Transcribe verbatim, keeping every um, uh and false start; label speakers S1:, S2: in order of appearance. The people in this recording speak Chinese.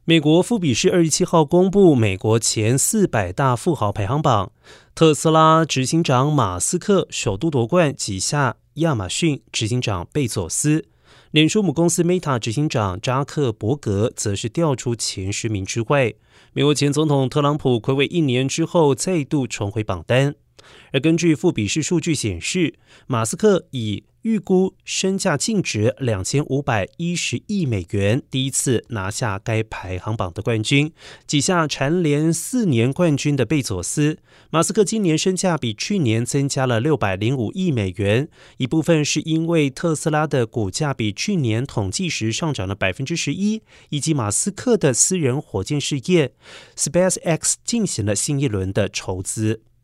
S1: 美国富比士二十七号公布美国前四百大富豪排行榜，特斯拉执行长马斯克首度夺冠，挤下亚马逊执行长贝佐斯。脸书母公司 Meta 执行长扎克伯格则是掉出前十名之外。美国前总统特朗普睽违一年之后再度重回榜单。而根据富比士数据显示，马斯克以预估身价净值两千五百一十亿美元，第一次拿下该排行榜的冠军，挤下蝉联四年冠军的贝佐斯。马斯克今年身价比去年增加了六百零五亿美元，一部分是因为特斯拉的股价比去年统计时上涨了百分之十一，以及马斯克的私人火箭事业 SpaceX 进行了新一轮的筹资。